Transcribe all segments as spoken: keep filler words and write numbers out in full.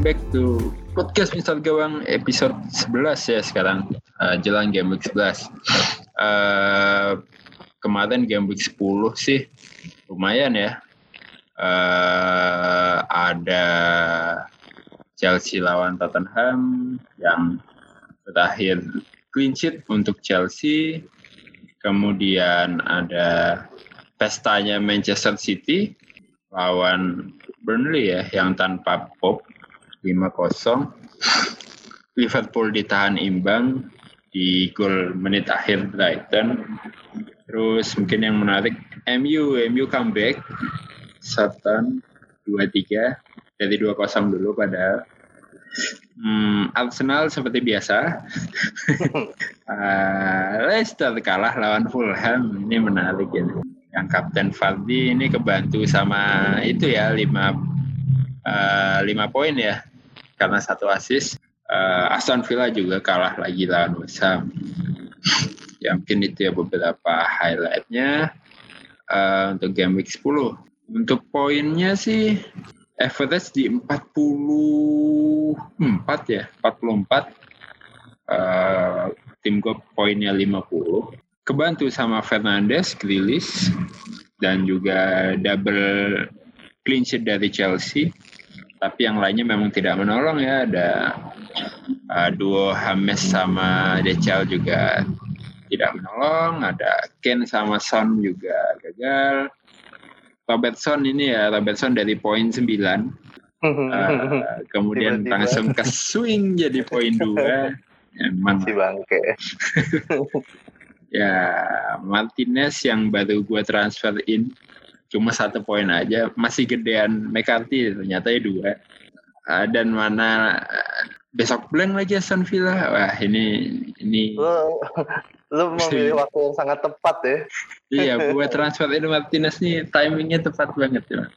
back to podcast Misal Gawang episode sebelas ya sekarang, uh, jelang game week sebelas. Uh, kemarin game week sepuluh sih lumayan ya. Uh, ada Chelsea lawan Tottenham yang berakhir clean sheet untuk Chelsea. Kemudian ada pestanya Manchester City lawan Burnley ya yang tanpa Pope lima kosong. Liverpool ditahan imbang di gol menit akhir Brighton. Terus mungkin yang menarik M U M U comeback Southampton dua tiga dari dua kosong dulu pada hmm, Arsenal seperti biasa. uh, Leicester kalah lawan Fulham. Ini menarik ya. Yang Kapten Vardy ini kebantu sama itu ya lima uh, lima poin ya karena satu assist. Uh, Aston Villa juga kalah lagi lawan West Ham. Ya mungkin itu ya beberapa highlightnya uh, untuk game week sepuluh. Untuk poinnya sih average di empat puluh empat ya, empat puluh empat. Uh, tim gue poinnya lima puluh. Kebantu sama Fernandes, Grealish, dan juga double clean sheet dari Chelsea. Tapi yang lainnya memang tidak menolong ya. Ada uh, duo James sama Dechal juga tidak menolong. Ada Kane sama Son juga gagal. Robertson ini ya, Robertson dari poin sembilan. Uh, kemudian tiba-tiba langsung ke swing jadi poin dua. Emang si bangke. Ya, Martinez yang baru gue transfer in cuma satu poin aja, masih gedean McCarthy ternyata ya dua. Uh, dan mana uh, besok blank lagi Aston Villa. Wah ini ini. Lo, lo memilih waktu yang sangat tepat ya. Iya, buat transfer in Martinez nih timingnya tepat banget ya.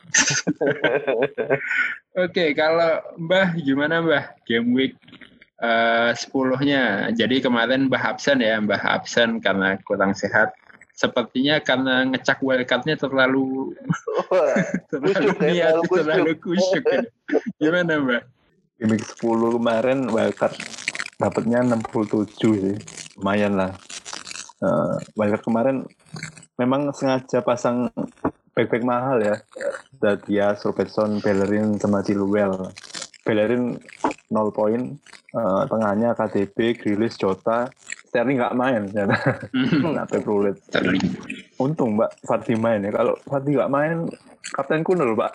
Oke, okay, kalau Mbah gimana Mbah game week Uh, sepuluhnya. Jadi kemarin Mbah absen ya, Mbah absen karena kurang sehat. Sepertinya karena ngecak wildcard-nya terlalu terlalu niat, ya, terlalu kusyuk. Ya. Gimana Mbah? Game sepuluh kemarin wildcard dapatnya enam puluh tujuh sih. Lumayan lah. Uh, wildcard kemarin memang sengaja pasang back-back mahal ya. Dadia, Robertson, Bellerin, sama Chilwell. Bellerin nol poin, uh, tengahnya K D B, Grealish, Jota, Sterling nggak main, nggak perulit. Untung Mbak Vardy main ya. Kalau Vardy nggak main, kapten kuno Pak.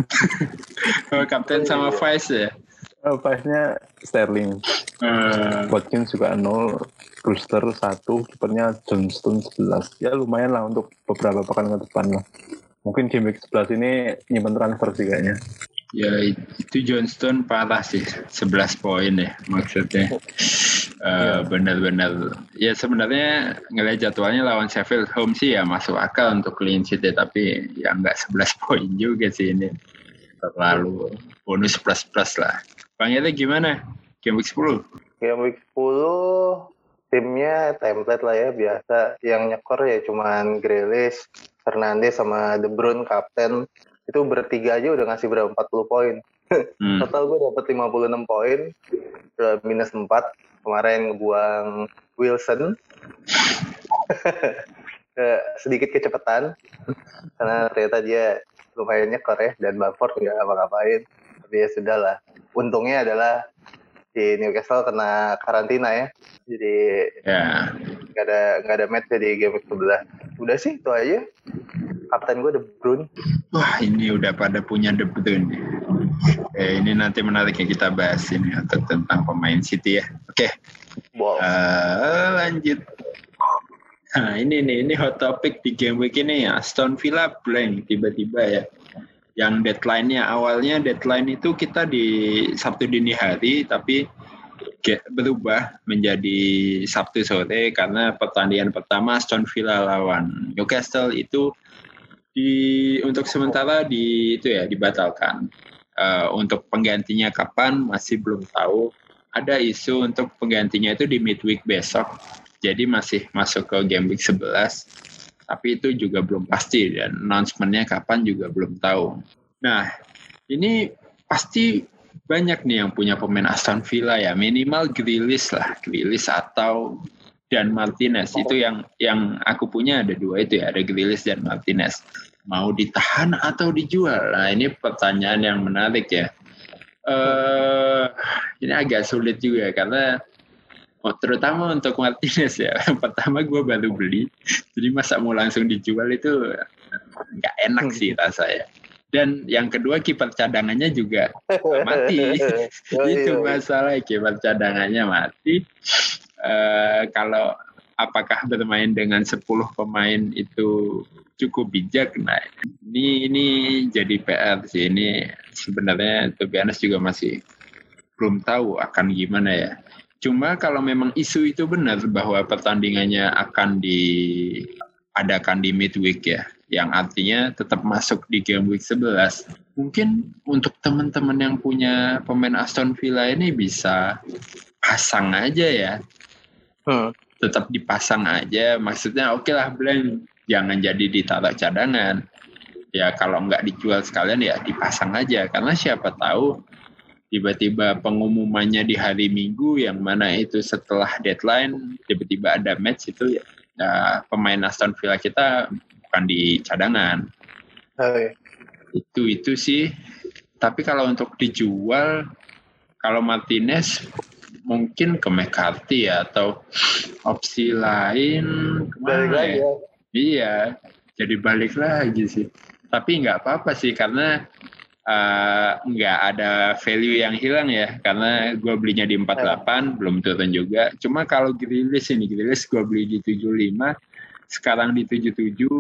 Oh, kapten sama Vice ya? Oh, Vice-nya Sterling. Uh. Watkins juga nol, Brewster satu, kipernya Johnston sebelas. Ya lumayan lah untuk beberapa pekan ke depan lah. Mungkin game week sebelas ini nyimpen transfer sih kayaknya. Ya itu Johnston parah sih, sebelas poin ya maksudnya. Uh, ya. Benar-benar ya sebenarnya ngelihat jadwalnya lawan Sheffield home sih ya masuk akal untuk clean sheet ya, tapi ya nggak sebelas poin juga sih ini, terlalu bonus plus plus lah. Bang Yete gimana game week sepuluh? Game week sepuluh timnya template lah ya biasa, yang nyekor ya cuman Grealish, Fernandes sama De Bruyne kapten. Itu bertiga aja udah ngasih berapa empat puluh poin. Hmm. Total gue dapet lima puluh enam poin, minus empat. Kemarin ngebuang Wilson. Sedikit kecepatan. Karena ternyata dia lumayan nyekor ya. Dan Bamford nggak apa-apain. Tapi ya sudah lah. Untungnya adalah di Newcastle kena karantina ya. Jadi yeah. nggak ada nggak ada match di game sebelah. Udah sih itu aja. Kapten gue De Bruyne. Wah ini udah pada punya De Bruyne. Eh, ini nanti menarik ya kita bahas ini atau tentang pemain City ya. Oke. Okay. Wow. Uh, lanjut. Nah ini nih ini hot topic di game week ini ya. Aston Villa blank tiba-tiba ya. Yang deadline-nya awalnya deadline itu kita di Sabtu dini hari tapi berubah menjadi Sabtu sore karena pertandingan pertama Aston Villa lawan Newcastle itu di untuk sementara di itu ya dibatalkan. Uh, untuk penggantinya kapan masih belum tahu. Ada isu untuk penggantinya itu di midweek besok. Jadi masih masuk ke game week sebelas. Tapi itu juga belum pasti dan announcement-nya kapan juga belum tahu. Nah, ini pasti banyak nih yang punya pemain Aston Villa ya, minimal Grealish lah, Grealish atau dan Martinez. Itu yang yang aku punya ada dua itu ya, ada Grealish dan Martinez. Mau ditahan atau dijual? Nah ini pertanyaan yang menarik ya. Uh, ini agak sulit juga karena oh, terutama untuk Martinez ya. Pertama gue baru beli, jadi masa mau langsung dijual itu nggak enak sih rasanya. Dan yang kedua kiper cadangannya juga mati. Itu masalah, kiper cadangannya mati. Uh, kalau apakah bermain dengan sepuluh pemain itu cukup bijak? Nah, ini ini jadi P R sih. Ini sebenarnya to be honest juga masih belum tahu akan gimana ya. Cuma kalau memang isu itu benar bahwa pertandingannya akan diadakan di midweek ya, yang artinya tetap masuk di game week sebelas. Mungkin untuk teman-teman yang punya pemain Aston Villa ini bisa pasang aja ya. Hmm. Tetap dipasang aja. Maksudnya oke okay lah Blank, jangan jadi ditaruh cadangan. Ya kalau nggak dijual sekalian ya dipasang aja. Karena siapa tahu tiba-tiba pengumumannya di hari Minggu yang mana itu setelah deadline, tiba-tiba ada match itu ya, ya pemain Aston Villa kita bukan di cadangan. Oh, iya. Itu itu sih. Tapi kalau untuk dijual, kalau Martinez mungkin ke McCarthy ya, atau opsi lain kemana ya? Ya? Iya, jadi balik lagi sih. Tapi nggak apa-apa sih karena uh, nggak ada value yang hilang ya, karena gue belinya di empat puluh delapan, eh. belum turun juga. Cuma kalau Grealish ini, Grealish gue beli di tujuh puluh lima, sekarang di tujuh puluh tujuh,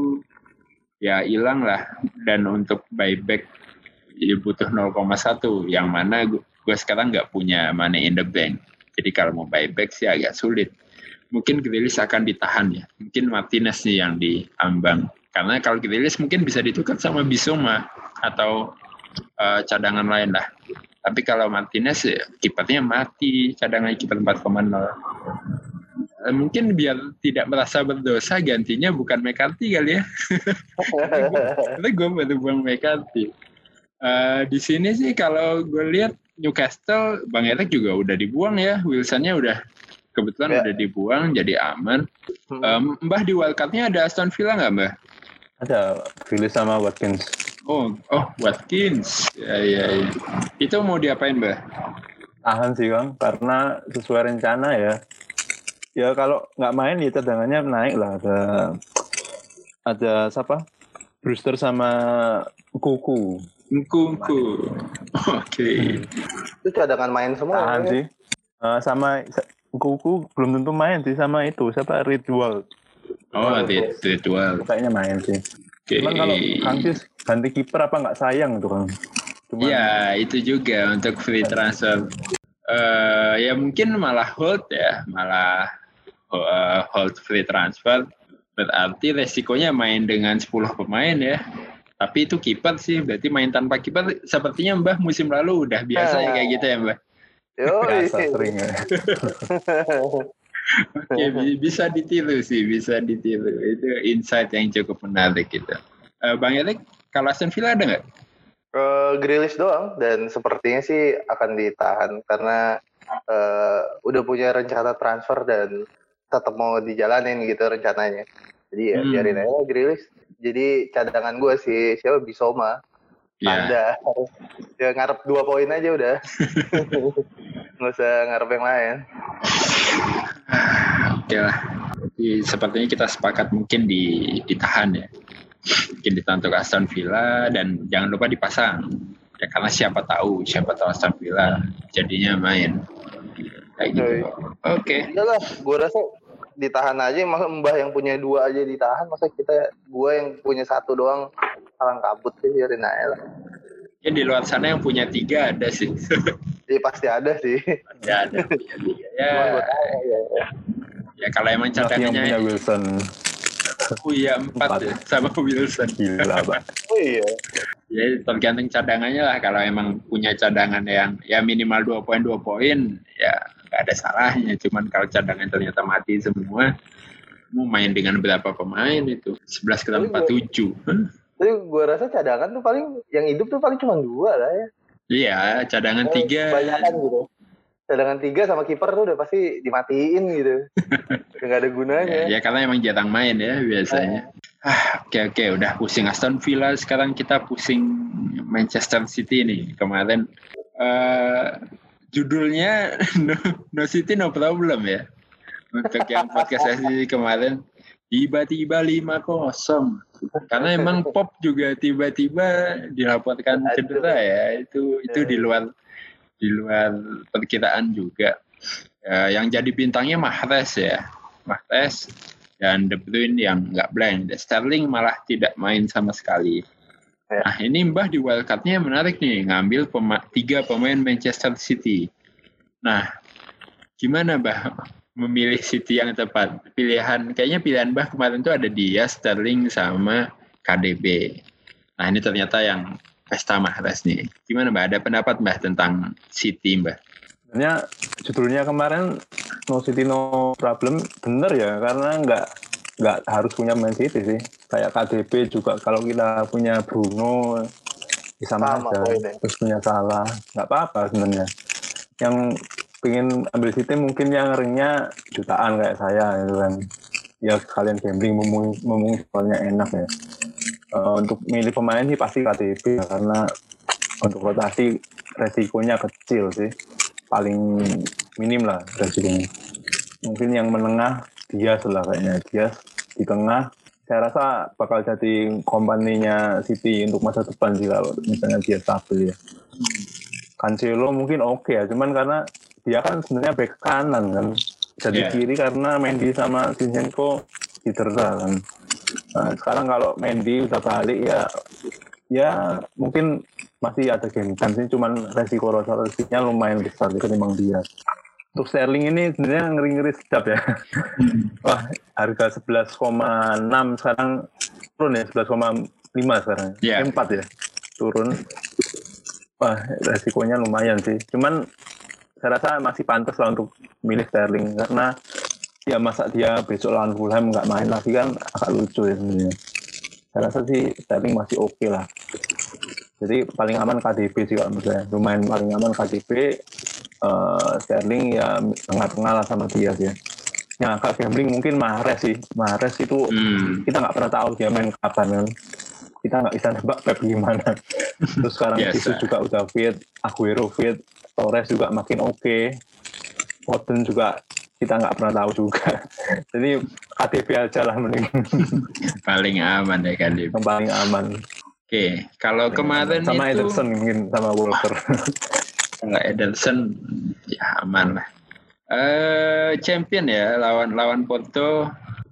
ya hilang lah. Dan untuk buyback ya butuh nol koma satu, yang mana gue, gue sekarang nggak punya money in the bank. Jadi kalau mau buyback sih agak sulit. Mungkin Grealish akan ditahan ya. Mungkin Martinez nih yang diambang. Karena kalau Grealish mungkin bisa ditukar sama Bissouma atau uh, cadangan lain lah. Tapi kalau Martinez ya, kipernya mati, cadangan kiper empat koma nol. Uh, mungkin biar tidak merasa berdosa gantinya bukan McCarthy kali ya. Karena gue baru buang McCarthy. Uh, di sini sih kalau gue lihat Newcastle, Bang Erik juga udah dibuang ya, Wilsonnya udah kebetulan ya. udah dibuang, jadi aman. Hmm. Um, Mbah di wildcard-nya ada Aston Villa nggak Mbah? Ada, Grealish sama Watkins. Oh, oh Watkins, ya, ya, ya. Itu mau diapain Mbah? Tahan sih Bang, karena sesuai rencana ya. Ya kalau nggak main ya cadangannya naik lah. Ada ada siapa? Brewster sama Kuku. Kuku. Oke. Okay. Itu cadangan main semua. Tahan ya? Sih. Uh, sama Kuku belum tentu main sih, sama itu siapa Ritual. Oh, Ritual. Kayaknya main sih. Okay. Cuman kalau Francis ganti kiper apa nggak sayang tuh Kang? Ya itu juga untuk free transfer. Uh, ya mungkin malah hold ya, malah uh, hold free transfer. Berarti resikonya main dengan sepuluh pemain ya. Tapi itu kiper sih, berarti main tanpa kiper sepertinya Mbah musim lalu udah biasa ya kayak gitu ya Mbah. Biasa sering ya. Oke, bisa ditiru sih, bisa ditiru. Itu insight yang cukup menarik gitu. Uh, Bang Erik, kalau Aston Villa ada nggak? Uh, Grealish doang, dan sepertinya sih akan ditahan karena uh, udah punya rencana transfer dan tetap mau dijalanin gitu rencananya. Jadi ya hmm. biarin aja Grealish. Jadi cadangan gue sih siapa Bissouma. Tanda. Yeah. Ya ngarep dua poin aja udah. Nggak usah ngarep yang lain. Oke lah. Jadi sepertinya kita sepakat mungkin di, ditahan ya. Mungkin ditahan untuk Aston Villa dan jangan lupa dipasang. Ya karena siapa tahu, siapa tahu Aston Villa jadinya main. Kayak gitu. Oke. Okay. Iyalah, gue rasa ditahan aja, masa Mbah yang punya dua aja ditahan, masa kita gua yang punya satu doang kalang kabut sih, biarin aja lah. Ya di luar sana yang punya tiga ada sih. Iya pasti ada sih. Ya ada punya tiga. Ya. Tahu, ya, ya. Ya kalau emang cadangannya punya Wilson. Oh iya empat, empat. Ya, sama Wilson. Gila Pak. Oh iya. Ya tergantung cadangannya lah. Kalau emang punya cadangan yang ya minimal dua poin dua poin ya nggak ada salahnya. Cuman kalau cadangan ternyata mati semua, mau main dengan berapa pemain itu? sebelas ketemu empat puluh tujuh. Tapi gue rasa cadangan tuh paling yang hidup tuh paling cuma dua lah ya. Iya, cadangan Eh, tiga. Kebanyakan gitu. Cadangan tiga sama kiper tuh udah pasti dimatiin gitu. Udah nggak ada gunanya. Ya, ya karena emang jarang main ya biasanya. Ah, oke oke, udah pusing Aston Villa, sekarang kita pusing Manchester City nih. Kemarin uh, judulnya no, no City no problem ya. Untuk yang podcast sesi kemarin tiba-tiba lima kosong. Karena emang Pop juga tiba-tiba dilaporkan cedera ya. Itu itu di luar di luar perkiraan juga. Uh, yang jadi bintangnya Mahrez ya. Mahrez dan De Bruyne yang nggak blank. Sterling malah tidak main sama sekali. Ya. Nah ini Mbah di wildcard-nya menarik nih, ngambil pema- tiga pemain Manchester City. Nah gimana Mbah memilih City yang tepat? Pilihan, kayaknya pilihan Mbah kemarin tuh ada Diaz, Sterling sama K D B. Nah ini ternyata yang pesta Mahrez nih. Gimana Mbah? Ada pendapat Mbah tentang City Mbah? Sebenarnya judulnya kemarin No City No Problem bener ya, karena nggak nggak harus punya Man City sih. Kayak K D B juga kalau kita punya Bruno bisa sama aja, terus punya Salah nggak apa-apa sebenarnya. Yang pengen ambil City mungkin yang ringnya jutaan kayak saya gitu kan. Ya sekalian gambling memung soalnya enak ya. Uh, untuk milih pemain sih pasti K D B ya, karena untuk rotasi resikonya kecil sih. Paling minim lah resikonya. Mungkin yang menengah Diaz lah kayaknya. Diaz di tengah saya rasa bakal jadi kompaninya City untuk masa depan sih kalau misalnya dia stabil ya. Cancelo mungkin oke okay ya, cuman karena dia kan sebenarnya back kanan kan. Jadi yeah. kiri karena Mendy sama Zinchenko cedera kan. Nah, sekarang kalau Mendy udah balik ya ya mungkin masih ada game chance sih, cuman resiko rotasinya lumayan besar ketimbang dia. Untuk Sterling ini sebenarnya ngeri-ngeri sedap ya. Wah, harga sebelas koma enam sekarang turun ya, sebelas koma lima sekarang. Yeah. empat ya, turun. Wah, resikonya lumayan sih. Cuman saya rasa masih pantas lah untuk milih Sterling karena ya masa dia besok lawan Fulham nggak main lagi kan agak lucu ya sebenarnya. Saya rasa sih Sterling masih oke okay lah. Jadi paling aman K D B sih kalau menurut saya. Lumayan paling aman K D B. Uh, Sterling ya tengah-tengah lah sama dia ya. Yang agak gambling mungkin Mahrez sih. Mahrez itu hmm. kita nggak pernah tahu dia main kapan kan. Kita nggak bisa nebak Pep gimana. Terus sekarang yes, Jesus juga udah fit, Aguero fit, Torres juga makin oke. Okay. Foden juga kita nggak pernah tahu juga. Jadi K D B aja lah mending. Paling aman ya K D B. Yang paling aman. Oke, okay. Kalau kemarin sama itu Ederson mungkin sama Walker. Nggak Ederson ya aman lah. Uh, champion ya lawan lawan Porto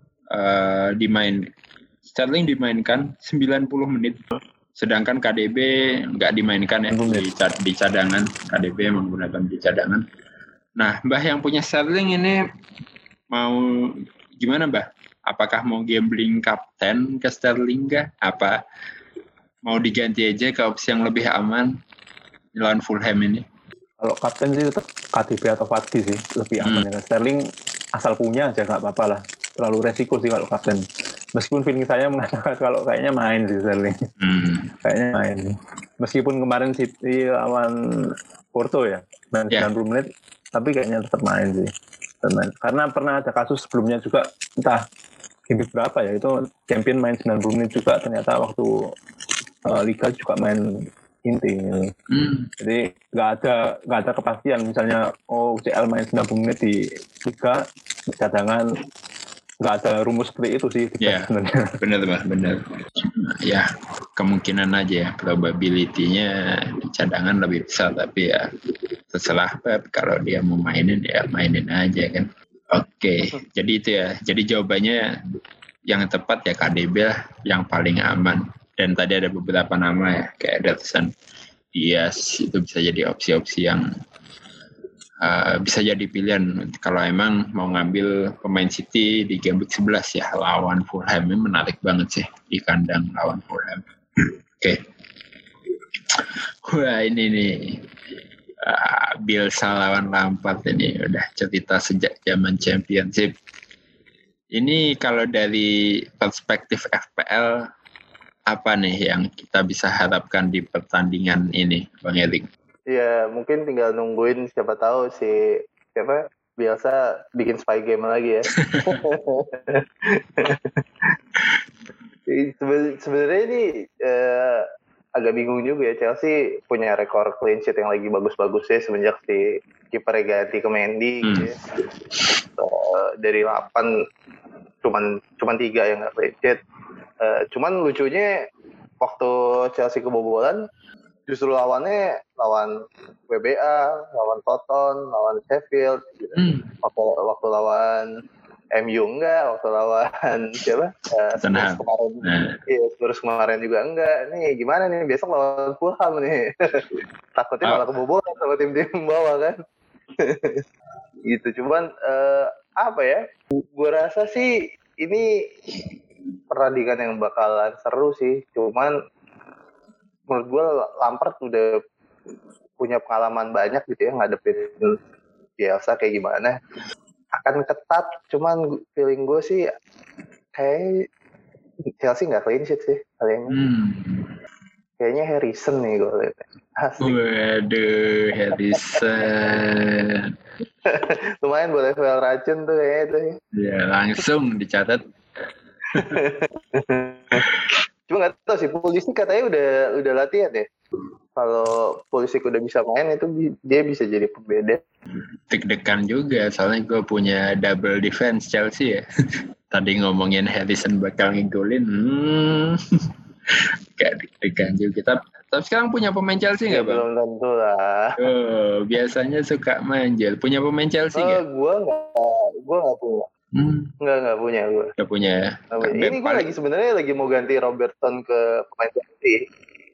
uh, dimain Sterling dimainkan sembilan puluh menit, sedangkan K D B nggak dimainkan ya di, di cadangan. K D B menggunakan di cadangan. Nah, Mbah yang punya Sterling ini mau gimana Mbah? Apakah mau gambling kapten ke Sterling kah? Apa mau diganti aja ke opsi yang lebih aman lawan Fulham ini? Kalau kapten sih tetap K D B atau Vardy sih lebih aman hmm. ya. Sterling asal punya aja nggak apa-apa lah. Terlalu resiko sih kalau kapten. Meskipun feeling saya mengatakan kalau kayaknya main sih Sterling. Hmm. Kayaknya main. Meskipun kemarin City lawan Porto ya main yeah. sembilan puluh menit, tapi kayaknya tetap main sih. Tetap main. Karena pernah ada kasus sebelumnya juga entah game berapa ya itu champion main sembilan puluh menit juga ternyata waktu uh, Liga juga main inti gitu. Hmm. Jadi nggak ada nggak ada kepastian misalnya oh C L main sembilan puluh menit di Liga cadangan, nggak ada rumus seperti itu sih. Ya yeah, benar Mbak, benar ya, kemungkinan aja ya, probability-nya di cadangan lebih besar, tapi ya terserah Pep, kalau dia mau mainin ya mainin aja kan. Oke, okay. Jadi itu ya, jadi jawabannya yang tepat ya K D B lah yang paling aman. Dan tadi ada beberapa nama ya, kayak Ederson, Diaz, itu bisa jadi opsi-opsi yang uh, bisa jadi pilihan kalau emang mau ngambil pemain City di game week sebelas ya, lawan Fulham. Ini menarik banget sih di kandang lawan Fulham. Oke. Okay. Wah ini nih, uh, Bielsa lawan Lampard ini udah cerita sejak zaman Championship. Ini kalau dari perspektif F P L, apa nih yang kita bisa harapkan di pertandingan ini, Bang Erik? Ya mungkin tinggal nungguin siapa tahu si siapa Bielsa bikin spy game lagi ya. Seben- Sebenarnya ini eh, agak bingung juga ya, Chelsea punya rekor clean sheet yang lagi bagus-bagus ya semenjak si kipernya ganti ke Mendy gitu ya. Eh, dari delapan cuman cuman tiga yang nggak clean sheet. Eh, cuman lucunya waktu Chelsea kebobolan justru lawannya lawan W B A, lawan Tottenham, lawan Sheffield gitu. Hmm. Waktu waktu lawan M U enggak, waktu lawan siapa? Uh, Spurs kemarin. Nah. Iya, Spurs kemarin juga enggak. Nih gimana nih besok lawan Fulham nih. Takutnya malah kebobolan sama tim-tim bawah kan. Gitu. Cuman uh, apa ya? Gue rasa sih ini pertandingan yang bakalan seru sih. Cuman menurut gue Lampard udah punya pengalaman banyak gitu ya ngadepin Bielsa kayak gimana. Akan ketat, cuman feeling gue sih kayak Chelsea nggak clean sheet sih kali ini. Hmm. Kayaknya Harrison nih gue lihat. Asli. Waduh, Harrison. Lumayan boleh level racun tuh kayaknya itu. Ya langsung dicatat. Cuma nggak tahu sih, Pulisic katanya udah udah latihan ya. Kalau Pulisic udah bisa main itu dia bisa jadi pembeda. Deg-degan juga soalnya gue punya double defense Chelsea ya. Tadi ngomongin Harrison bakal ngegolin, hmm. Gak deg-degan juga. Tapi, tapi sekarang punya pemain Chelsea nggak ya, bang? Belum tentu lah. Oh, biasanya suka manjel. Punya pemain Chelsea nggak? Oh, gue nggak, gue nggak punya. Hmm. Nggak nggak punya gue. Nggak punya. Nggak punya. Ini gue lagi sebenarnya lagi mau ganti Robertson ke pemain Chelsea.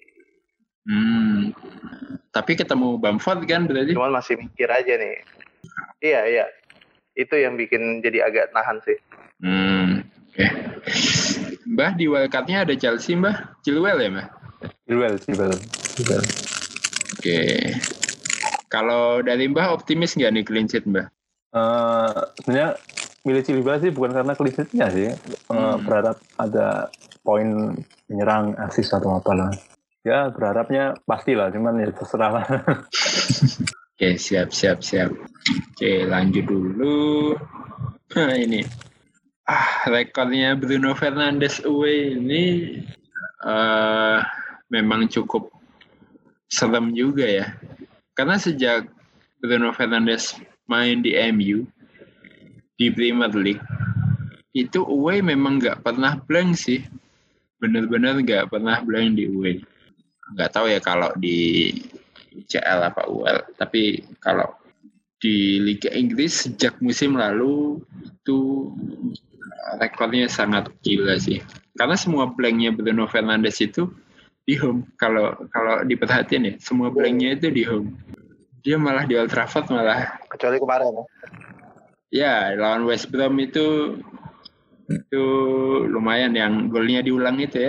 Hmm. Tapi ketemu Bamford kan berarti? Cuman masih mikir aja nih. Iya iya. Itu yang bikin jadi agak nahan sih. Hmm. Oke. Okay. Mbah di wildcard-nya ada Chelsea Mbah? Chilwell ya Mbah? Chilwell, Chilwell. Oke. Okay. Kalau dari Mbah optimis nggak nih clean sheet Mbah? Uh, sebenarnya milih Chilwell sih bukan karena clean sheet-nya sih. Uh, hmm. Berharap ada poin menyerang, asis atau apalah. Ya berharapnya pastilah, cuman ya terserah lah. Oke, siap, siap, siap. Oke, lanjut dulu. Nah, ini. Ah, rekornya Bruno Fernandes away ini uh, memang cukup serem juga ya. Karena sejak Bruno Fernandes main di M U, di Premier League, itu away memang nggak pernah blank sih. Bener-bener nggak pernah blank di away. Nggak tahu ya kalau di C L apa U L, tapi kalau di Liga Inggris sejak musim lalu itu rekornya sangat gila sih. Karena semua blanknya Bruno Fernandes itu di home. Kalau kalau diperhatiin ya, semua blanknya itu di home. Dia malah di Old Trafford malah. Kecuali kemarin ya. Ya, lawan West Brom itu itu lumayan yang golnya diulang itu ya.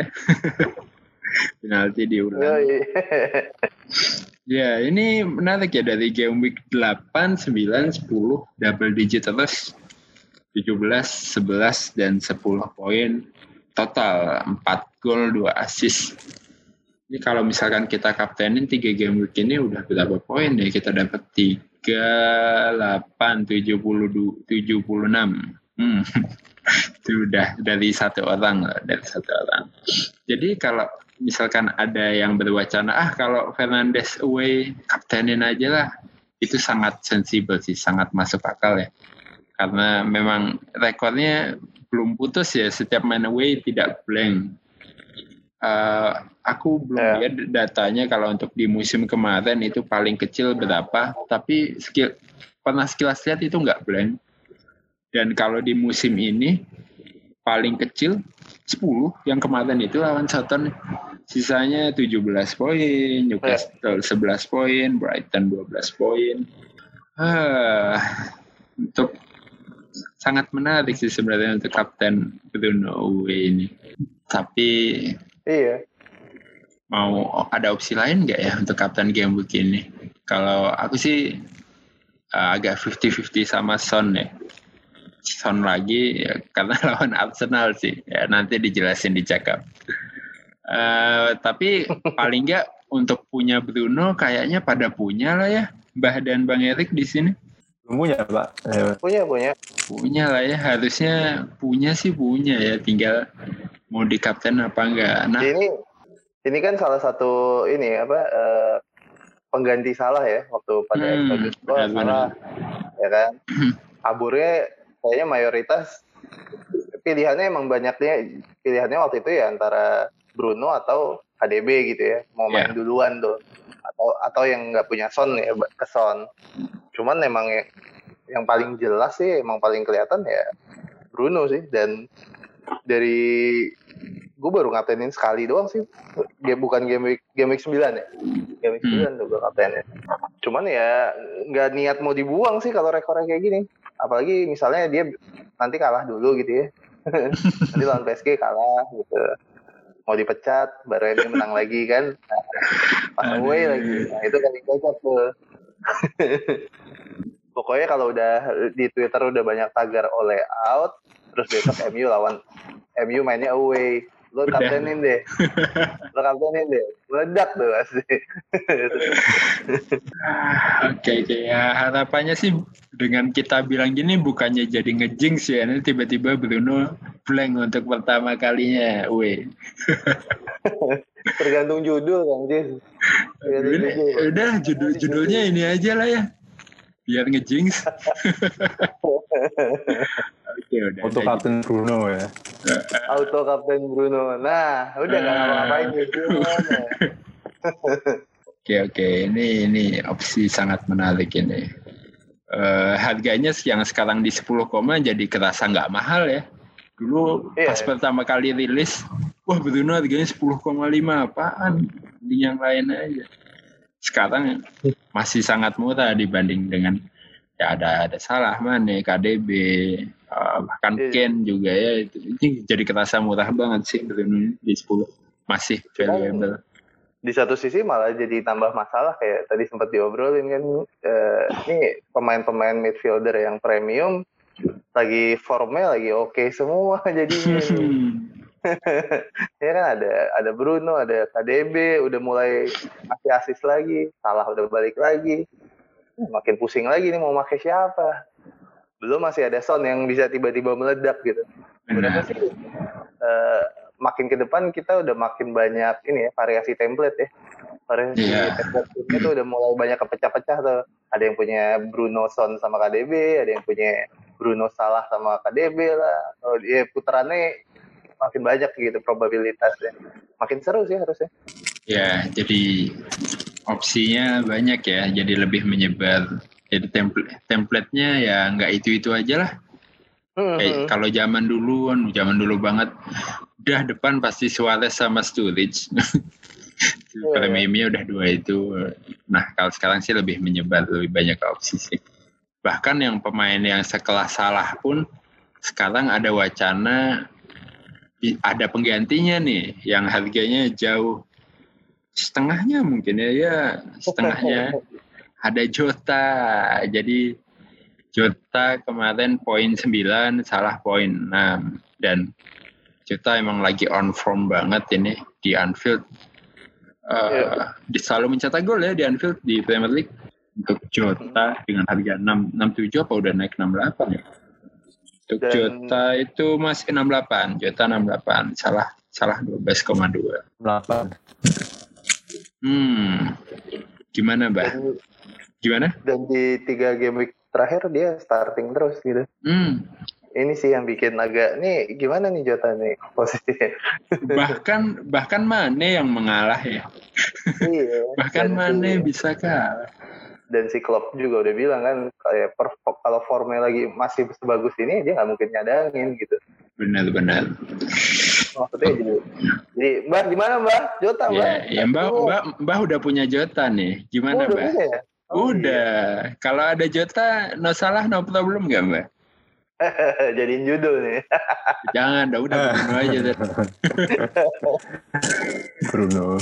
Penalti diulang. Oh, iya. Ya, ini menarik ya dari game week delapan, sembilan, sepuluh double digit terus tujuh belas, sebelas dan sepuluh poin total empat gol, dua assist. Ini kalau misalkan kita kaptenin tiga game week ini udah berapa poin ya? Kita dapat tiga, delapan, tujuh puluh dua, tujuh puluh enam. Hmm. Itu udah dari satu orang lah, dari satu orang. Jadi kalau misalkan ada yang berwacana, ah kalau Fernandes away, kaptenin aja lah. Itu sangat sensibel sih, sangat masuk akal ya. Karena memang rekornya belum putus ya, setiap main away tidak blank. Uh, aku belum yeah. lihat datanya kalau untuk di musim kemarin itu paling kecil berapa, tapi skill, pernah sekilas lihat itu nggak blank. Dan kalau di musim ini paling kecil sepuluh, yang kemarin itu lawan Southampton, sisanya tujuh belas poin, Newcastle sebelas poin, Brighton dua belas poin. Ah, untuk sangat menarik sih sebenarnya untuk Kapten Bruno ini. Tapi iya. Mau ada opsi lain nggak ya untuk Kapten game week ini? Kalau aku sih uh, agak fifty fifty sama Son ya. Son lagi ya, karena lawan Arsenal sih. Ya, nanti dijelasin di cakap. Uh, tapi paling nggak untuk punya Bruno kayaknya pada punya lah ya, Mbah dan Bang Erik di sini. Punya Pak. Eh, Punya, punya. Punya lah ya, harusnya punya sih punya ya, tinggal mau di kapten apa enggak. Nah, Ini ini kan salah satu ini apa eh, pengganti Salah ya waktu pada Hmm, Exodus. Wah, benar-benar. Salah ya kan. Kaburnya kayaknya mayoritas pilihannya emang banyaknya pilihannya waktu itu ya antara Bruno atau K D B gitu ya, mau main Ya. duluan tuh, atau atau yang nggak punya Son ya ke Son. Cuman emang ya- yang paling jelas sih emang paling kelihatan ya Bruno sih, dan dari gue baru ngaptenin sekali doang sih, game bukan game week game week sembilan ya, game week Hmm. sembilan tuh gue kaptenin. Cuman ya nggak niat mau dibuang sih kalau rekornya kayak gini, apalagi misalnya dia nanti kalah dulu gitu ya. Nanti lawan P S G kalah gitu, mau dipecat baru ini menang lagi kan, nah, pas Aduh. away lagi, nah itu kan cocok tuh. Pokoknya kalau udah di Twitter udah banyak tagar oleh out, terus besok M U lawan M U mainnya away, lo Udah. kaptenin deh, lo kaptenin deh, meledak tuh pasti. Oke, oke ya, harapannya sih dengan kita bilang gini bukannya jadi ngejinx ya, nanti tiba-tiba Bruno blank untuk pertama kalinya, weh. Tergantung judul kan Jis. Tergantung Ini, judul. udah judul judulnya ini aja lah ya, biar ngejinx. Oke, udah. Auto udah kapten Bruno ya. Auto Kapten Bruno. Nah, udah nggak ngapa-ngapain gitu. Oke, oke, ini ini opsi sangat menarik ini. Eh, harganya yang sekarang di sepuluh koma jadi kerasa nggak mahal ya. Dulu Iya. pas pertama kali rilis, wah Bruno harganya sepuluh koma lima, apaan? Di yang lain aja. Sekarang masih sangat murah dibanding dengan ya ada ada Salah, Mane, K D B, uh, bahkan Iya. Kane juga ya. Itu, ini jadi kerasa murah banget sih Bruno di sepuluh. Masih valuable. Di satu sisi malah jadi tambah masalah kayak tadi sempat diobrolin kan, eh, ini pemain-pemain midfielder yang premium lagi formnya lagi oke semua jadinya. Ya kan ada ada Bruno, ada K D B udah mulai kasih asis lagi, Salah udah balik lagi. Makin pusing lagi nih mau pakai siapa. Belum masih ada Son yang bisa tiba-tiba meledak gitu. Berapa sih? Uh, makin ke depan kita udah makin banyak ini ya variasi template ya. Variasi Yeah. template itu udah mulai banyak kepecah-pecah tuh. Ada yang punya Bruno Son sama K D B, ada yang punya Bruno Salah sama K D B lah. Oh, dia putarannya makin banyak gitu probabilitasnya. Makin seru sih harusnya. Ya, jadi opsinya banyak ya, jadi lebih menyebar. Jadi template template-nya ya nggak itu-itu aja lah. Hmm. Kayak kalau zaman dulu, zaman dulu banget, udah depan pasti Suarez sama Sturridge. Yeah. Premiumnya udah dua itu. Nah, kalau sekarang sih lebih menyebar, lebih banyak opsi sih. Bahkan yang pemain yang sekelas Salah pun sekarang ada wacana ada penggantinya nih yang harganya jauh setengahnya mungkin ya, ya setengahnya. Ada Jota, jadi Jota kemarin poin sembilan, Salah poin enam, dan Jota emang lagi on form banget ini di Anfield. Uh, yeah. Di selalu mencetak gol ya di Anfield di Premier League. Untuk Jota dengan harga enam enam tujuh apa udah naik enam delapan ya? Untuk dan, Jota itu masih enam delapan, Jota enam delapan, Salah Salah dua belas koma dua. delapan. Hmm. Gimana, Mbak? Dan, Gimana? Dan di tiga game week terakhir dia starting terus gitu. Hmm. Ini sih yang bikin agak nih gimana nih Jota nih posisinya. bahkan bahkan Mane yang mengalah ya. Iya. Bahkan Mane si, bisa kalah. Dan si Klopp juga udah bilang kan kayak per, kalau formnya lagi masih sebagus ini dia nggak mungkin nyadangin gitu. Benar-benar. Maksudnya jadi, jadi Mbak gimana Mbak? Jota Mbak? Ya, ya Mbak, Mbak, Mbak udah punya Jota nih. Gimana oh, Mbak? Udah. Ya? Oh, udah. Iya. Kalau ada Jota, no Salah, no problem nggak Mbak? Jadiin judul nih. Jangan, dah udah Bruno aja deh. Bruno.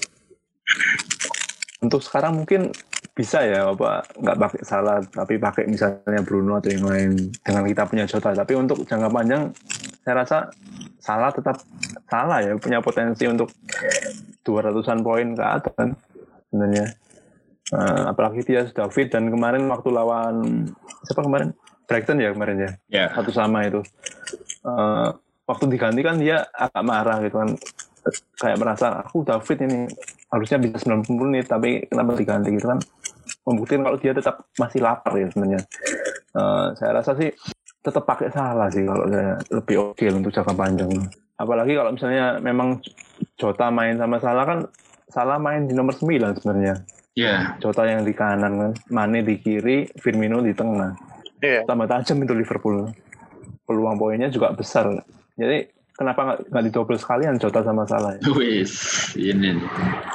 Untuk sekarang mungkin bisa ya apa nggak pakai Salah tapi pakai misalnya Bruno atau yang lain dengan kita punya Jota. Tapi untuk jangka panjang saya rasa Salah tetap Salah ya punya potensi untuk dua ratusan poin ke atas kan sebenarnya. Uh, apalagi dia sudah fit dan kemarin waktu lawan siapa kemarin? Brighton ya kemarin ya. Yeah. Satu sama itu. Uh, waktu diganti kan dia agak marah gitu kan. Kayak merasa aku udah fit ini harusnya bisa sembilan puluh menit tapi kenapa diganti gitu kan. Membuktikan kalau dia tetap masih lapar ya sebenarnya. Uh, saya rasa sih tetap pakai Salah sih kalau saya lebih oke untuk jangka panjang. Apalagi kalau misalnya memang Jota main sama Salah kan Salah main di nomor sembilan sebenarnya. Iya. Yeah. Jota yang di kanan kan, Mane di kiri, Firmino di tengah. Iya. Yeah. Tambah tajam itu Liverpool. Peluang poinnya juga besar. Jadi kenapa nggak didobel sekalian Jota sama Salah? Ya? Wis, ini nih.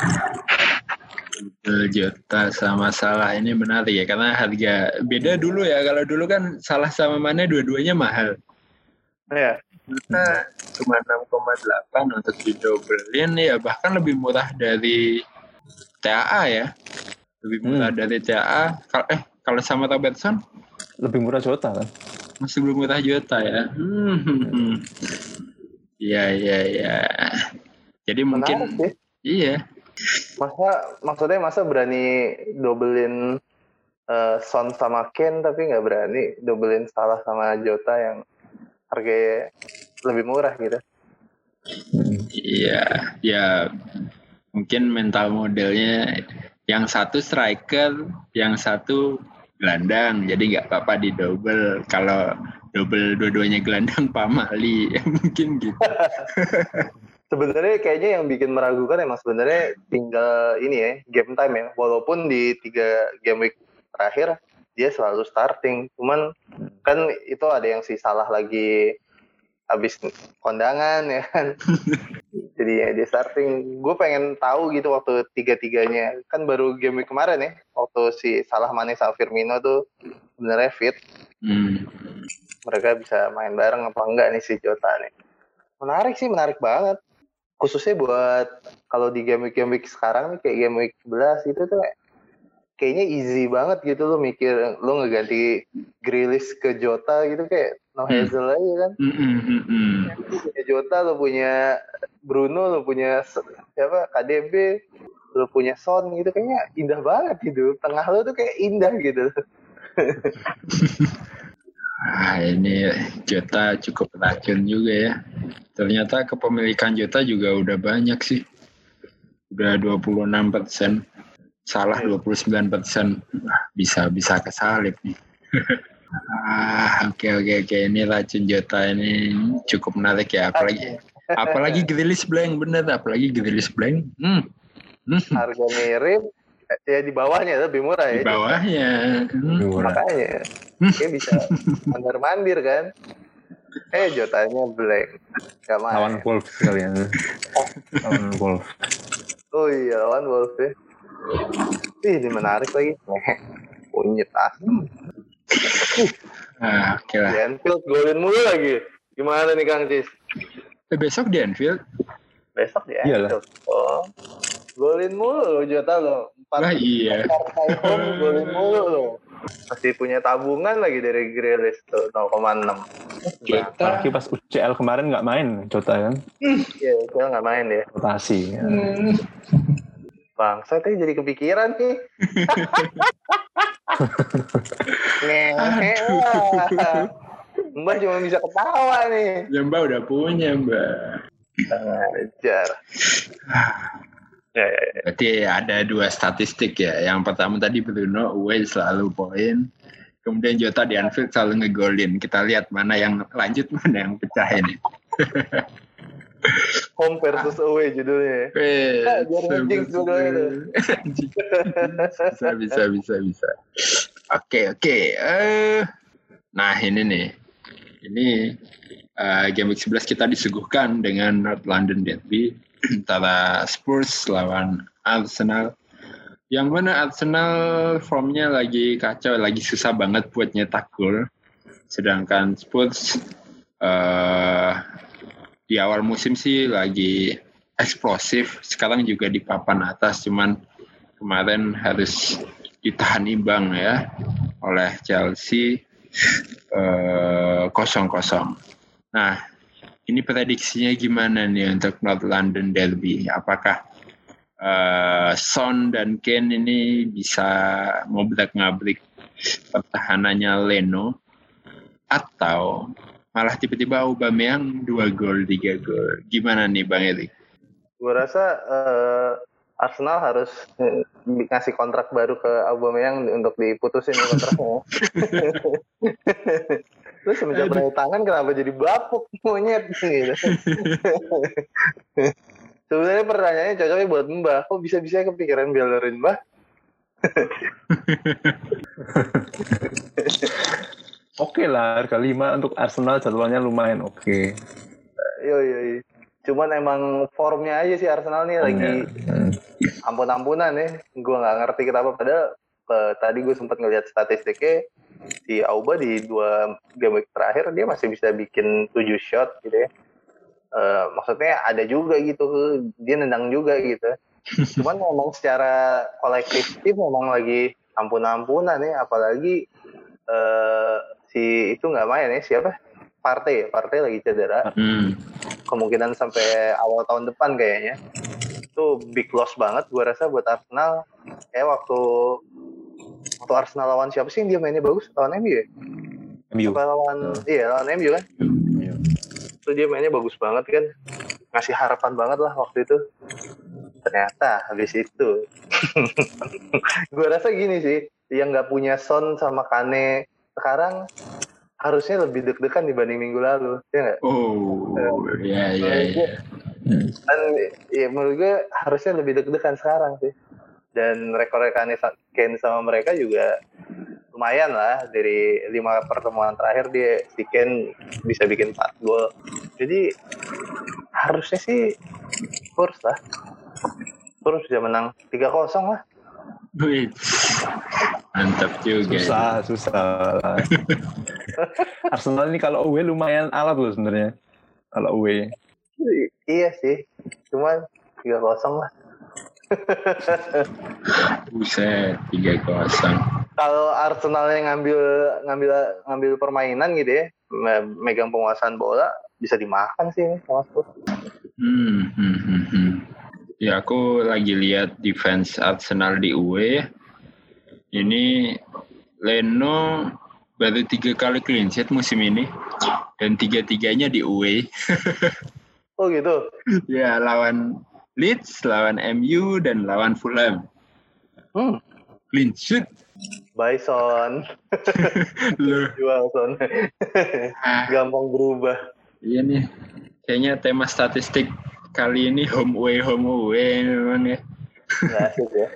Jota sama Salah ini menarik ya karena harga beda dulu ya. Kalau dulu kan Salah sama Mane dua-duanya mahal. Iya. Jota cuma enam koma delapan untuk didobelin ya, bahkan lebih murah dari T A A ya. Lebih murah hmm. dari T A A. Kalau eh kalau sama Robertson lebih murah Jota kan? Masih lebih murah Jota ya. Hmm. Iya iya iya. Jadi mungkin menarik, iya. Masa maksudnya masa berani dobelin uh, Son sama Kane tapi nggak berani dobelin Salah sama Jota yang harganya lebih murah gitu. Iya, ya mungkin mental modelnya yang satu striker, yang satu gelandang, jadi nggak apa-apa di double. Kalau double dua-duanya gelandang pamali, ya mungkin gitu. Sebenarnya kayaknya yang bikin meragukan emang sebenarnya tinggal ini ya, game time ya. Walaupun di tiga game week terakhir dia selalu starting, cuman kan itu ada yang si Salah lagi habis kondangan ya kan. Jadi ya dia starting. Gue pengen tahu gitu waktu tiga-tiganya. Kan baru game week kemarin ya. Waktu si Salah, Mane sama Firmino tuh sebenarnya fit. Hmm. Mereka bisa main bareng apa enggak nih si Jota nih. Menarik sih, menarik banget. Khususnya buat kalau di game week-game week sekarang nih kayak game week sebelas itu tuh kayaknya easy banget gitu lo mikir lo ngeganti Grealish ke Jota gitu kayak no hassle hmm. aja kan. Hmm, hmm, hmm. Lo punya Jota, lo punya Bruno, lo punya siapa K D B, lo punya Son gitu kayaknya indah banget gitu. Tengah lo tuh kayak indah gitu. Ah, ini Jota cukup racun juga ya. Ternyata kepemilikan Jota juga udah banyak sih. Udah dua puluh enam persen. Salah dua puluh sembilan persen. Bisa bisa kesalip nih. ah, oke oke oke. Ini racun Jota ini cukup menarik ya. Apalagi apalagi Grealish blank, bener. Apalagi Grealish blank. Hmm. Hmm. Harga mirip. Ya di bawahnya lebih murah ya. Di bawahnya. Hmm. Makanya. Kayak bisa mandir-mandir kan. Eh Jotanya blank. Gak main. Lawan Wolves kalian. Lawan Wolves. Oh iya lawan Wolves ya. Ih ini menarik lagi. Kunyit asem. Ah, oke lah. Di Anfield golin mulu lagi. Gimana nih Kang Cis? Eh, besok di Anfield? Besok di Anfield. Oh. Golin mulu lo Jota lo. Wah iya. Home golin mulu lo. Masih punya tabungan lagi dari Grealish tuh nol koma enam. Jota. Lagi pas U C L kemarin nggak main Jota kan? Iya U C L nggak main ya. Rotasi. Ya. Hmm. Bangsa tuh jadi kepikiran nih. Ngehe. Mbak cuma bisa ketawa nih. Ya Mbak udah punya Mbak. Ajar. Ya, ya, ya. Berarti ada dua statistik ya. Yang pertama tadi Bruno away selalu poin. Kemudian Jota di Anfield selalu ngegolin. Kita lihat mana yang lanjut, mana yang pecah ini. Home versus away judulnya. Eh, nah, biar ngejing judulnya itu. Bisa, bisa, bisa, bisa. Oke, oke. Uh, nah ini nih. Ini uh, game week sebelas kita disuguhkan dengan North London Derby antara Spurs lawan Arsenal. Yang mana Arsenal formnya lagi kacau, lagi susah banget buat nyetak gol. Sedangkan Spurs uh, di awal musim sih lagi eksplosif. Sekarang juga di papan atas, cuman kemarin harus ditahan imbang ya oleh Chelsea uh, kosong kosong. Nah, ini prediksinya gimana nih untuk North London Derby? Apakah uh, Son dan Kane ini bisa ngoblak-ngablik pertahanannya Leno, atau malah tiba-tiba Aubameyang dua gol, tiga gol. Gimana nih Bang Erik? Gue rasa uh, Arsenal harus ngasih kontrak baru ke Aubameyang untuk diputusin kontraknya. Terus semenjak berani tangan kenapa jadi bapuk monyet gitu. Sebenarnya pertanyaannya cocoknya buat Mbah. Kok bisa-bisa kepikiran Bellerin Mbah? Oke lah, harga lima untuk Arsenal jadwalnya lumayan oke. Okay. Yo yo yo. Cuman emang formnya aja sih Arsenal nih lagi hmm. ampun-ampunan ya. Gue nggak ngerti kenapa. Padahal uh, tadi gue sempat ngeliat statistiknya si Auba di dua game week terakhir dia masih bisa bikin tujuh shot gitu ya. Uh, maksudnya ada juga gitu, dia nendang juga gitu. Cuman memang secara kolektif tim memang lagi ampun-ampunan ya. Apalagi uh, si itu nggak main ya, siapa? Partey, Partey lagi cedera. Hmm. Kemungkinan sampai awal tahun depan kayaknya. Itu big loss banget gue rasa buat Arsenal. Kayak waktu waktu Arsenal lawan siapa sih yang dia mainnya bagus? Lawan M U ya? M U. Apa lawan oh. Iya, lawan M U kan? Iya. Itu dia mainnya bagus banget kan. Ngasih harapan banget lah waktu itu. Ternyata habis itu. Gue rasa gini sih, yang nggak punya Son sama Kane sekarang harusnya lebih deg-degan dibanding minggu lalu, ya nggak? Oh, iya iya iya. Dan ya menurut gue harusnya lebih deg-degan sekarang sih. Dan rekor-rekannya Kane sama mereka juga lumayan lah. Dari lima pertemuan terakhir dia si Kane bisa bikin empat gol. Jadi harusnya sih Spurs lah. Spurs bisa menang tiga kosong lah. Wih, mantap juga. Susah, susah. Arsenal ini kalau away lumayan alat loh sebenarnya. Kalau away. Iya sih, cuman tiga kosong lah. Buset, tiga kosong. Kalau Arsenal yang ngambil ngambil ngambil permainan gitu ya, megang penguasaan bola, bisa dimakan sih sama Spurs. Hmm, hmm, hmm, hmm. Ya aku lagi lihat defense Arsenal di U E. Ini Leno baru tiga kali clean sheet musim ini dan tiga-tiganya di U E. Oh gitu? Ya, lawan Leeds, lawan M U dan lawan Fulham. Hmm. Clean sheet. Bye Son. Loh. Jual Son. Gampang berubah. Iya nih. Kayaknya tema statistik kali ini home away home away memang ya. Nggak asik ya.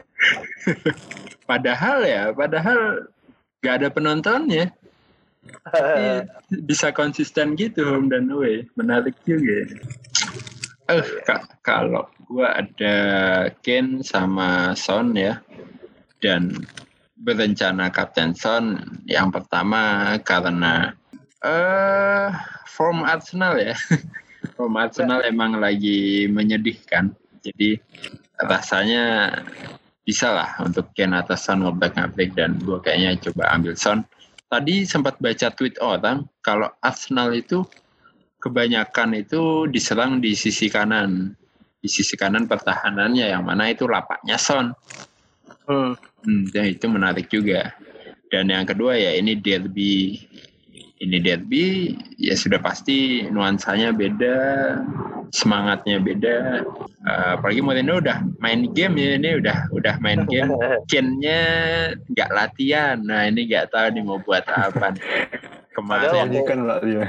Padahal ya, padahal nggak ada penontonnya. Tapi bisa konsisten gitu home dan away. Menarik juga. Eh, ka- kalau gua ada Kane sama Son ya. Dan berencana Kapten Son yang pertama karena eh form Arsenal ya. Form Arsenal emang lagi menyedihkan. Jadi rasanya bisa lah untuk Kane atau Son ngoblak-ngablik dan gue kayaknya coba ambil Son. Tadi sempat baca tweet orang kalau Arsenal itu kebanyakan itu diserang di sisi kanan. Di sisi kanan pertahanannya yang mana itu lapaknya Son. Hmm. Hmm, dan itu menarik juga. Dan yang kedua ya ini derby. Ini derby ya sudah pasti nuansanya beda, semangatnya beda. Uh, apalagi Mourinho udah main game ya, ini udah udah main game. Kane-nya nggak latihan. Nah ini nggak tahu nih mau buat apa. Kemarin kan iya,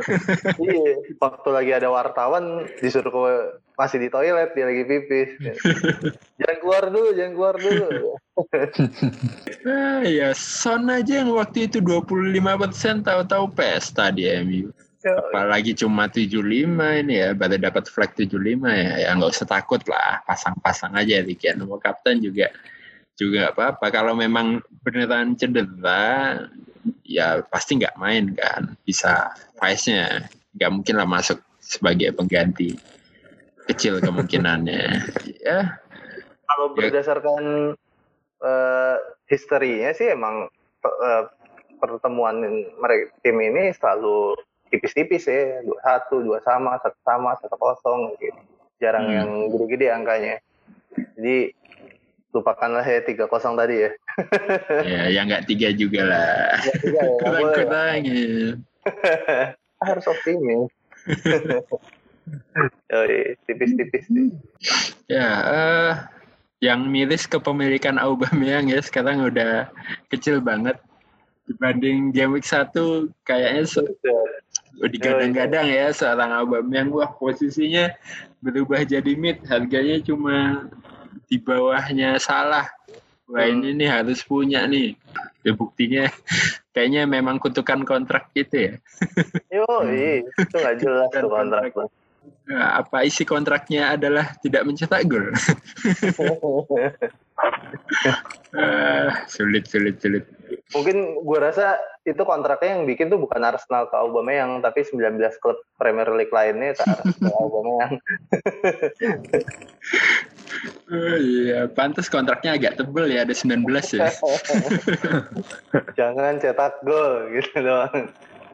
waktu lagi ada wartawan disuruh ke, masih di toilet dia lagi pipis. Jangan keluar dulu, jangan keluar dulu. Ah, ya Son aja yang waktu itu dua puluh lima persen tahu-tahu pesta di M U. Apalagi cuma tujuh puluh lima ini ya, baru dapat flag tujuh puluh lima ya. Ya nggak usah takut lah, pasang-pasang aja di Kian. Mau kapten juga juga apa-apa. Kalau memang beneran cedera, ya pasti nggak main kan. Bisa vice-nya, nggak mungkin lah masuk sebagai pengganti. Kecil kemungkinannya. Ya. Kalau berdasarkan uh, historinya sih emang uh, pertemuan mereka tim ini selalu tipis-tipis ya, dua satu, dua sama, satu sama, satu kosong gitu. Jarang hmm. yang gede-gede angkanya. Jadi lupakanlah ya tiga kosong tadi ya. Ya, yang nggak tiga juga lah. Nggak tiga ya, nggak boleh ya. Kurang-kurangin. Harus optimis. Yoi, tipis-tipis nih. Ya, eh, yang miris kepemilikan Aubameyang ya sekarang udah kecil banget dibanding game week satu kayaknya se- digadang-gadang ya seorang Aubameyang, wah posisinya berubah jadi mid, harganya cuma di bawahnya Salah. Wah ini nih harus punya nih. Ya buktinya kayaknya memang kutukan kontrak gitu ya. Yo, itu nggak jelas tuh kontrak tuh. Nah, apa isi kontraknya adalah tidak mencetak gol. uh, sulit sulit sulit. Mungkin gue rasa itu kontraknya yang bikin tuh bukan Arsenal ke Aubameyang, tapi sembilan belas klub Premier League lainnya ke Arsenal Aubameyang. Oh iya, pantas kontraknya agak tebel ya, ada sembilan belas ya. Jangan cetak gol gitu doang.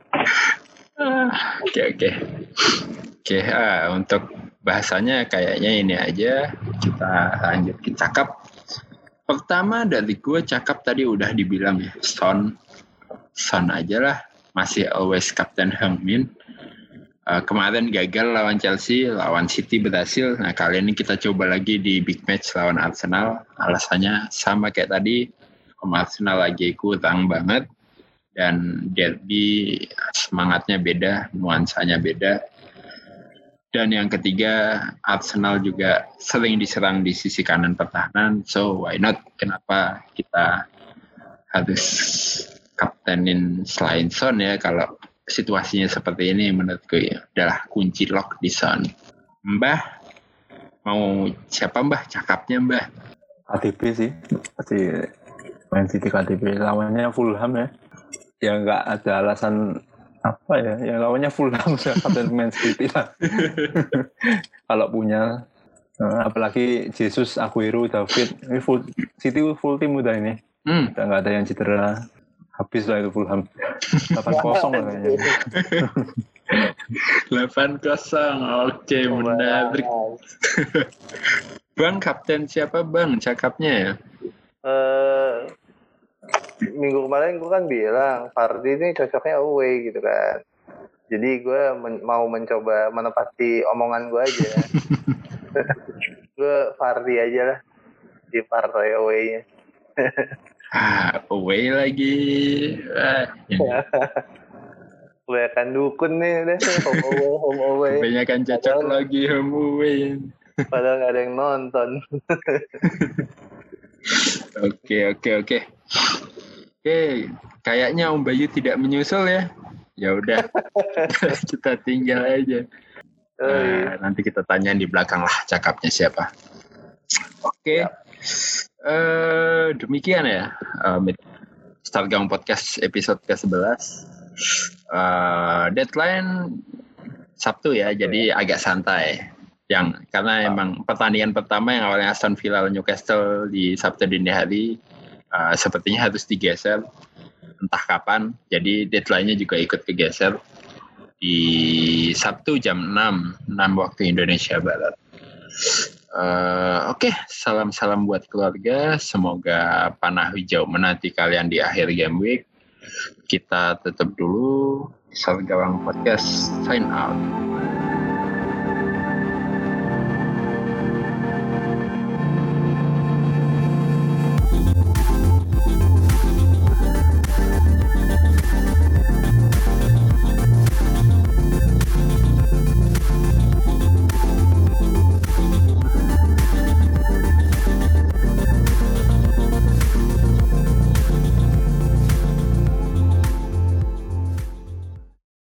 Oke oke. Oke, ah, untuk bahasanya kayaknya ini aja. Kita lanjut ke cakap. Pertama dari gue cakap tadi udah dibilang ya, Son. Son aja lah. Masih always Kapten Heung-min. Uh, kemarin gagal lawan Chelsea, lawan City berhasil. Nah kali ini kita coba lagi di big match lawan Arsenal. Alasannya sama kayak tadi. Om Arsenal lagi kurang banget. Dan derby semangatnya beda, nuansanya beda. Dan yang ketiga, Arsenal juga sering diserang di sisi kanan pertahanan. So why not? Kenapa kita harus kaptenin selain Son ya? Kalau situasinya seperti ini menurutku ya adalah kunci lock di Son. Mbah, mau siapa Mbah? Cakapnya Mbah. K T P sih. Pasti main City K T P. Lawannya Fulham ya. Ya nggak ada alasan apa ya, ya lawannya Fulham kapten Man City lah. Kalau punya, apalagi Jesus, Aguero, David, ini full City full tim udah ini, hmm. udah nggak ada yang cedera, habis lah itu Fulham. delapan kosong lah kayaknya. delapan kosong, oke menarik. Bang, kapten siapa Bang? Cakapnya ya? Uh, minggu kemarin gue kan bilang Vardy ini cocoknya away gitu kan. Jadi gue men- mau mencoba menepati omongan gue aja. Gue Vardy aja lah di partai away-nya. ah, away lagi. Ah, Kebanyakan dukun nih udah home away, home away. Kebanyakan cocok padahal, lagi home away. Padahal nggak ada yang nonton. Oke oke oke. Oke, kayaknya Om Bayu tidak menyusul ya. Ya udah, kita tinggal aja. Nah, nanti kita tanya di belakang lah cakapnya siapa. Oke, uh, demikian ya. Uh, Start Gang Podcast episode ke sebelas. Uh, deadline Sabtu ya, jadi agak santai. Yang karena emang pertandingan pertama yang awalnya Aston Villa Newcastle di Sabtu dini hari. Uh, sepertinya harus digeser entah kapan, jadi deadline-nya juga ikut kegeser di Sabtu jam enam waktu Indonesia Barat. Uh, Oke, okay. Salam-salam buat keluarga, semoga panah hijau menanti kalian di akhir game week. Kita tutup dulu. Start Gawang Podcast sign out.